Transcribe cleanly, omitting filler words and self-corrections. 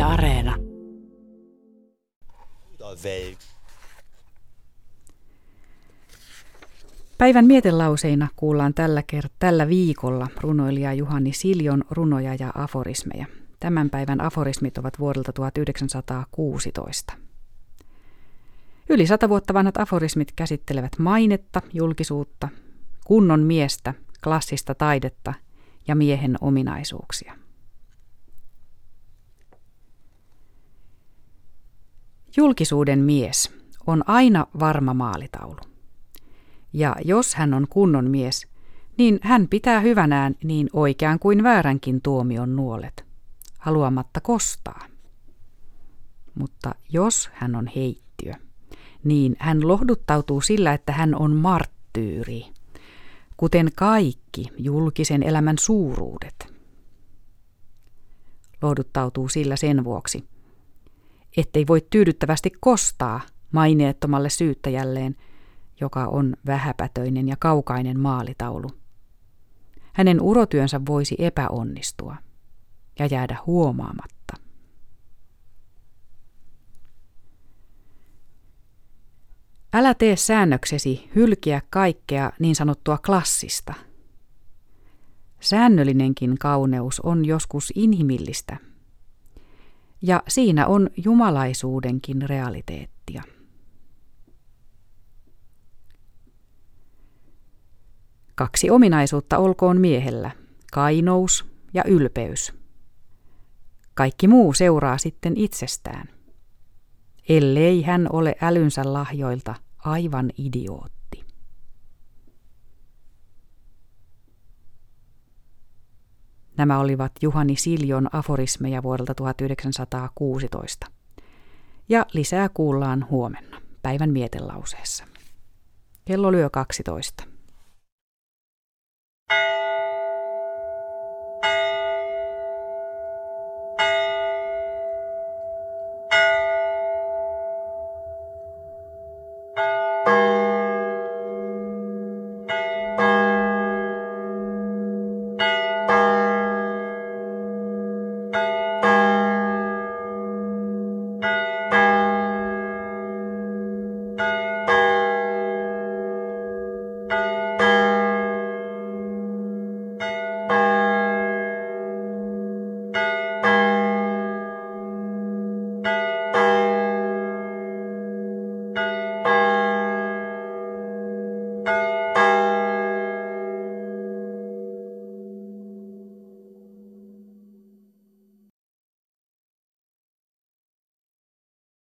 Areena. Päivän mietelauseina kuullaan tällä viikolla runoilija Juhani Siljon runoja ja aforismeja. Tämän päivän aforismit ovat vuodelta 1916. Yli 100 vuotta vanhat aforismit käsittelevät mainetta, julkisuutta, kunnon miestä, klassista taidetta ja miehen ominaisuuksia. Julkisuuden mies on aina varma maalitaulu. Ja jos hän on kunnon mies, niin hän pitää hyvänään niin oikean kuin vääränkin tuomion nuolet, haluamatta kostaa. Mutta jos hän on heittiö, niin hän lohduttautuu sillä, että hän on marttyyri, kuten kaikki julkisen elämän suuruudet. Lohduttautuu sillä sen vuoksi, ettei voi tyydyttävästi kostaa maineettomalle syyttäjälleen, joka on vähäpätöinen ja kaukainen maalitaulu. Hänen urotyönsä voisi epäonnistua ja jäädä huomaamatta. Älä tee säännöksesi hylkiä kaikkea niin sanottua klassista. Säännöllinenkin kauneus on joskus inhimillistä, ja siinä on jumalaisuudenkin realiteettia. Kaksi ominaisuutta olkoon miehellä, kainous ja ylpeys. Kaikki muu seuraa sitten itsestään, ellei hän ole älynsä lahjoilta aivan idiootti. Nämä olivat Juhani Siljon aforismeja vuodelta 1916. Ja lisää kuullaan huomenna päivän mietelauseessa. Kello lyö 12.